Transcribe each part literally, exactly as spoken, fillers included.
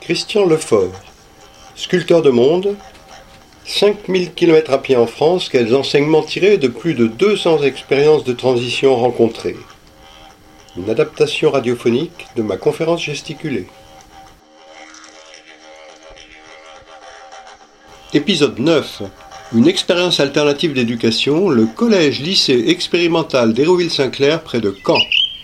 Christian Lefort, sculpteur de monde, cinq mille kilomètres à pied en France, quels enseignements tirés de plus de deux cents expériences de transition rencontrées. Une adaptation radiophonique de ma conférence gesticulée. Épisode neuf. Une expérience alternative d'éducation, le collège-lycée expérimental d'Hérouville-Saint-Clair près de Caen.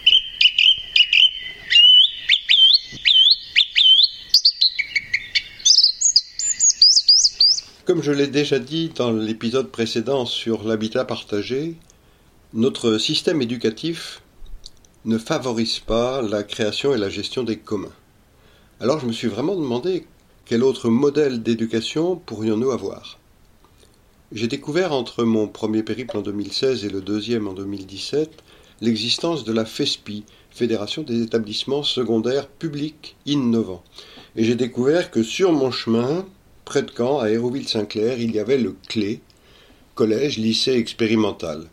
Comme je l'ai déjà dit dans l'épisode précédent sur l'habitat partagé, notre système éducatif ne favorise pas la création et la gestion des communs. Alors je me suis vraiment demandé quel autre modèle d'éducation pourrions-nous avoir. J'ai découvert entre mon premier périple en deux mille seize et le deuxième en deux mille dix-sept l'existence de la FESPI, Fédération des établissements secondaires publics innovants. Et j'ai découvert que sur mon chemin, près de Caen, à Hérouville-Saint-Clair, il y avait le C L E, Collège Lycée Expérimental.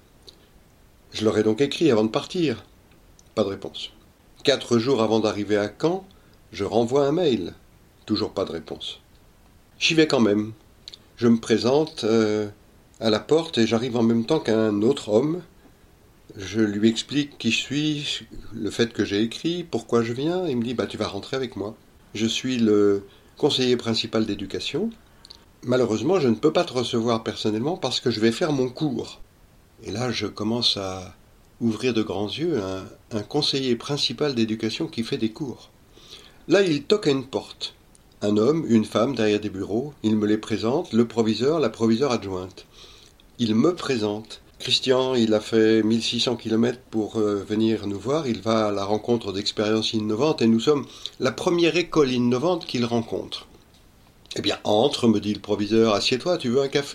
Je leur ai donc écrit avant de partir. Pas de réponse. Quatre jours avant d'arriver à Caen, je renvoie un mail. Toujours pas de réponse. J'y vais quand même. Je me présente euh, à la porte et j'arrive en même temps qu'un autre homme. Je lui explique qui je suis, le fait que j'ai écrit, pourquoi je viens. Il me dit bah, « tu vas rentrer avec moi ». Je suis le conseiller principal d'éducation. Malheureusement, je ne peux pas te recevoir personnellement parce que je vais faire mon cours. Et là, je commence à ouvrir de grands yeux un, un conseiller principal d'éducation qui fait des cours. Là, il toque à une porte. Un homme, une femme derrière des bureaux. Il me les présente, le proviseur, la proviseure adjointe. Il me présente. Christian, il a fait mille six cents kilomètres pour euh, venir nous voir. Il va à la rencontre d'expériences innovantes et nous sommes la première école innovante qu'il rencontre. Eh bien, entre, me dit le proviseur, assieds-toi, tu veux un café ?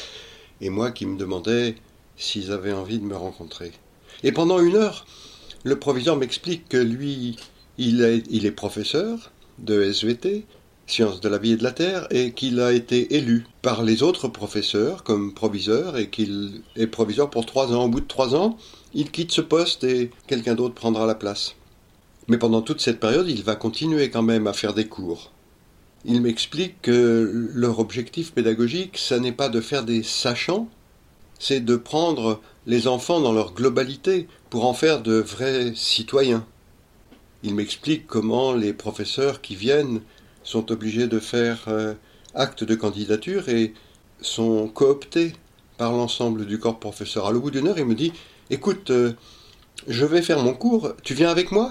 Et moi qui me demandais s'ils avaient envie de me rencontrer. Et pendant une heure, le proviseur m'explique que lui, il est, il est professeur de S V T, Sciences de la vie et de la terre, et qu'il a été élu par les autres professeurs comme proviseur, et qu'il est proviseur pour trois ans. Au bout de trois ans, il quitte ce poste et quelqu'un d'autre prendra la place. Mais pendant toute cette période, il va continuer quand même à faire des cours. Il m'explique que leur objectif pédagogique, ça n'est pas de faire des sachants, c'est de prendre les enfants dans leur globalité pour en faire de vrais citoyens. Il m'explique comment les professeurs qui viennent sont obligés de faire euh, acte de candidature et sont cooptés par l'ensemble du corps professoral. Au bout d'une heure, il me dit « Écoute, euh, je vais faire mon cours, tu viens avec moi ?»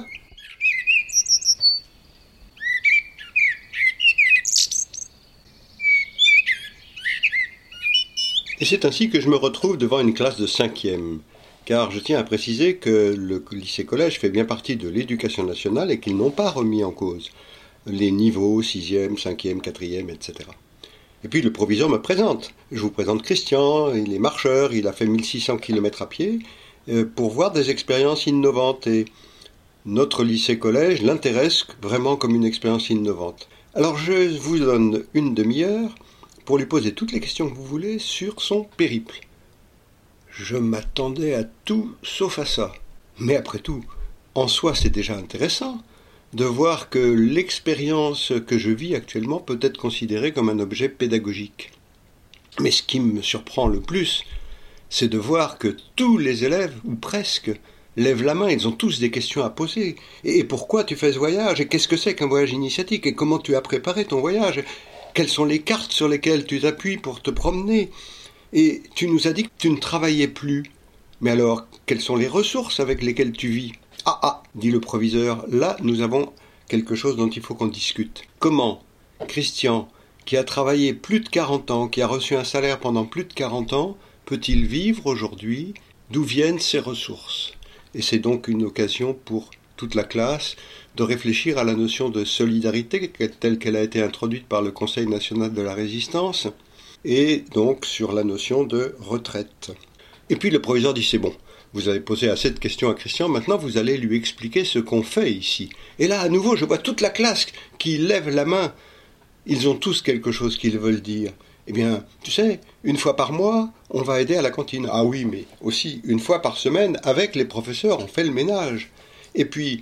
Et c'est ainsi que je me retrouve devant une classe de cinquième. Car je tiens à préciser que le lycée-collège fait bien partie de l'éducation nationale et qu'ils n'ont pas remis en cause les niveaux sixième, cinquième, quatrième, et cetera. Et puis le proviseur me présente. Je vous présente Christian, il est marcheur, il a fait mille six cents kilomètres à pied euh, pour voir des expériences innovantes. Et notre lycée-collège l'intéresse vraiment comme une expérience innovante. Alors je vous donne une demi-heure pour lui poser toutes les questions que vous voulez sur son périple. Je m'attendais à tout sauf à ça. Mais après tout, en soi c'est déjà intéressant de voir que l'expérience que je vis actuellement peut être considérée comme un objet pédagogique. Mais ce qui me surprend le plus, c'est de voir que tous les élèves, ou presque, lèvent la main, ils ont tous des questions à poser. Et pourquoi tu fais ce voyage ? Et qu'est-ce que c'est qu'un voyage initiatique ? Et comment tu as préparé ton voyage ? Quelles sont les cartes sur lesquelles tu t'appuies pour te promener ? Et tu nous as dit que tu ne travaillais plus. Mais alors, quelles sont les ressources avec lesquelles tu vis ? Ah ah, dit le proviseur, là nous avons quelque chose dont il faut qu'on discute. Comment Christian, qui a travaillé plus de quarante ans, qui a reçu un salaire pendant plus de quarante ans, peut-il vivre aujourd'hui ? D'où viennent ses ressources ? Et c'est donc une occasion pour toute la classe de réfléchir à la notion de solidarité telle qu'elle a été introduite par le Conseil national de la résistance, et donc sur la notion de retraite. Et puis le proviseur dit c'est bon. Vous avez posé assez de questions à Christian, maintenant vous allez lui expliquer ce qu'on fait ici. Et là, à nouveau, je vois toute la classe qui lève la main. Ils ont tous quelque chose qu'ils veulent dire. Eh bien, tu sais, une fois par mois, on va aider à la cantine. Ah oui, mais aussi une fois par semaine, avec les professeurs, on fait le ménage. Et puis,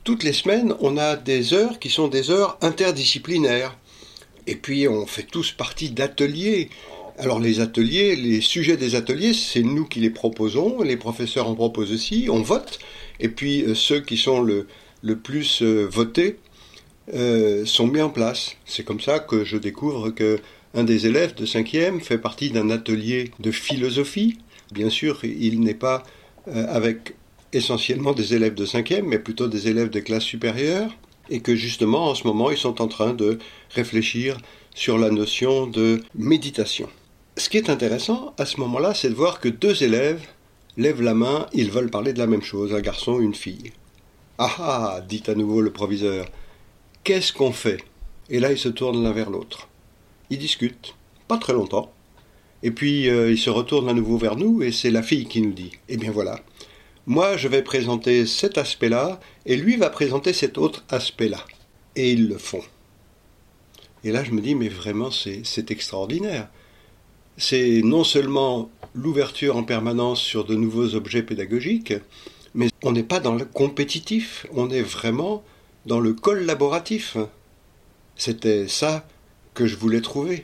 toutes les semaines, on a des heures qui sont des heures interdisciplinaires. Et puis, on fait tous partie d'ateliers. Alors, les ateliers, les sujets des ateliers, c'est nous qui les proposons, les professeurs en proposent aussi, on vote. Et puis, euh, ceux qui sont le, le plus euh, votés euh, sont mis en place. C'est comme ça que je découvre qu'un des élèves de cinquième fait partie d'un atelier de philosophie. Bien sûr, il n'est pas euh, avec essentiellement des élèves de cinquième, mais plutôt des élèves des classes supérieures, et que justement, en ce moment, ils sont en train de réfléchir sur la notion de méditation. Ce qui est intéressant, à ce moment-là, c'est de voir que deux élèves lèvent la main, ils veulent parler de la même chose, un garçon et une fille. « Ah ah !» dit à nouveau le proviseur. « Qu'est-ce qu'on fait ?» Et là, ils se tournent l'un vers l'autre. Ils discutent, pas très longtemps, et puis euh, ils se retournent à nouveau vers nous, et c'est la fille qui nous dit « Eh bien voilà, moi je vais présenter cet aspect-là, et lui va présenter cet autre aspect-là. » Et ils le font. Et là, je me dis « Mais vraiment, c'est, c'est extraordinaire. » C'est non seulement l'ouverture en permanence sur de nouveaux objets pédagogiques, mais on n'est pas dans le compétitif, on est vraiment dans le collaboratif. C'était ça que je voulais trouver.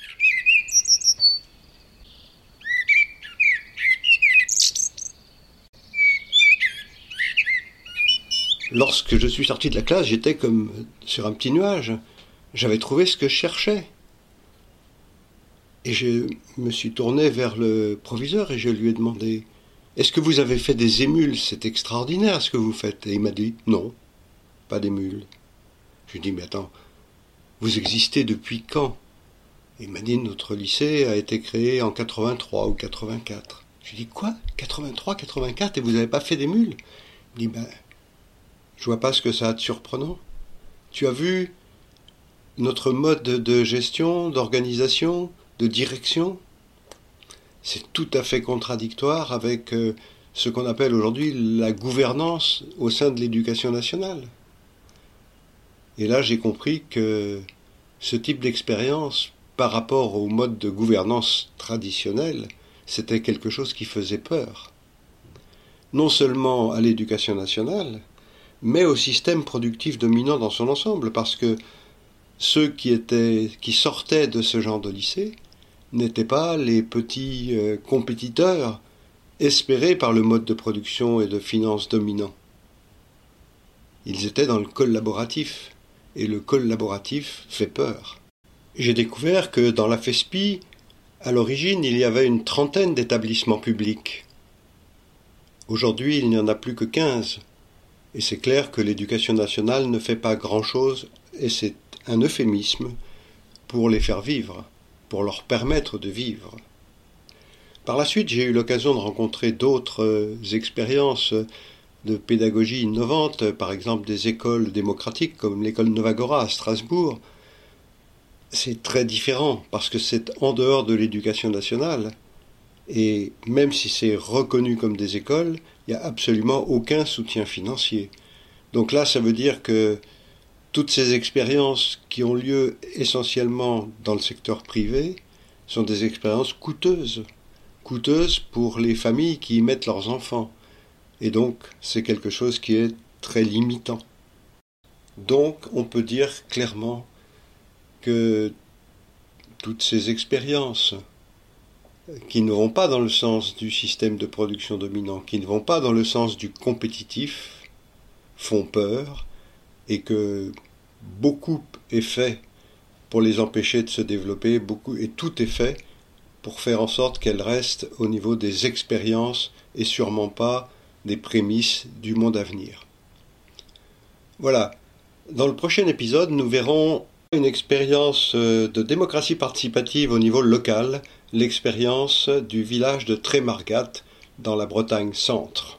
Lorsque je suis sorti de la classe, j'étais comme sur un petit nuage. J'avais trouvé ce que je cherchais. Et je me suis tourné vers le proviseur et je lui ai demandé « Est-ce que vous avez fait des émules? C'est extraordinaire ce que vous faites. » Et il m'a dit « Non, pas d'émules. » Je lui ai dit « Mais attends, vous existez depuis quand ?» Et il m'a dit « Notre lycée a été créé en quatre-vingt-trois ou quatre-vingt-quatre. » Je lui ai dit « Quoi? quatre-vingt-trois, quatre-vingt-quatre et vous n'avez pas fait d'émules ?» Il me dit « Ben, je vois pas ce que ça a de surprenant. Tu as vu notre mode de gestion, d'organisation, de direction? C'est tout à fait contradictoire avec euh, ce qu'on appelle aujourd'hui la gouvernance au sein de l'éducation nationale. » Et là, j'ai compris que ce type d'expérience, par rapport au mode de gouvernance traditionnel, c'était quelque chose qui faisait peur. Non seulement à l'éducation nationale, mais au système productif dominant dans son ensemble, parce que ceux qui étaient, qui sortaient de ce genre de lycée n'étaient pas les petits euh, compétiteurs espérés par le mode de production et de finance dominant. Ils étaient dans le collaboratif, et le collaboratif fait peur. J'ai découvert que dans la FESPI, à l'origine, il y avait une trentaine d'établissements publics. Aujourd'hui, il n'y en a plus que quinze. Et c'est clair que l'éducation nationale ne fait pas grand-chose, et c'est un euphémisme pour les faire vivre, pour leur permettre de vivre. Par la suite, j'ai eu l'occasion de rencontrer d'autres expériences de pédagogie innovante, par exemple des écoles démocratiques comme l'école Novagora à Strasbourg. C'est très différent parce que c'est en dehors de l'éducation nationale. Et même si c'est reconnu comme des écoles, il n'y a absolument aucun soutien financier. Donc là, ça veut dire que toutes ces expériences qui ont lieu essentiellement dans le secteur privé sont des expériences coûteuses. Coûteuses pour les familles qui y mettent leurs enfants. Et donc, c'est quelque chose qui est très limitant. Donc, on peut dire clairement que toutes ces expériences qui ne vont pas dans le sens du système de production dominant, qui ne vont pas dans le sens du compétitif, font peur, et que beaucoup est fait pour les empêcher de se développer, beaucoup, et tout est fait pour faire en sorte qu'elles restent au niveau des expériences et sûrement pas des prémices du monde à venir. Voilà. Dans le prochain épisode, nous verrons une expérience de démocratie participative au niveau local, l'expérience du village de Trémargat dans la Bretagne centre.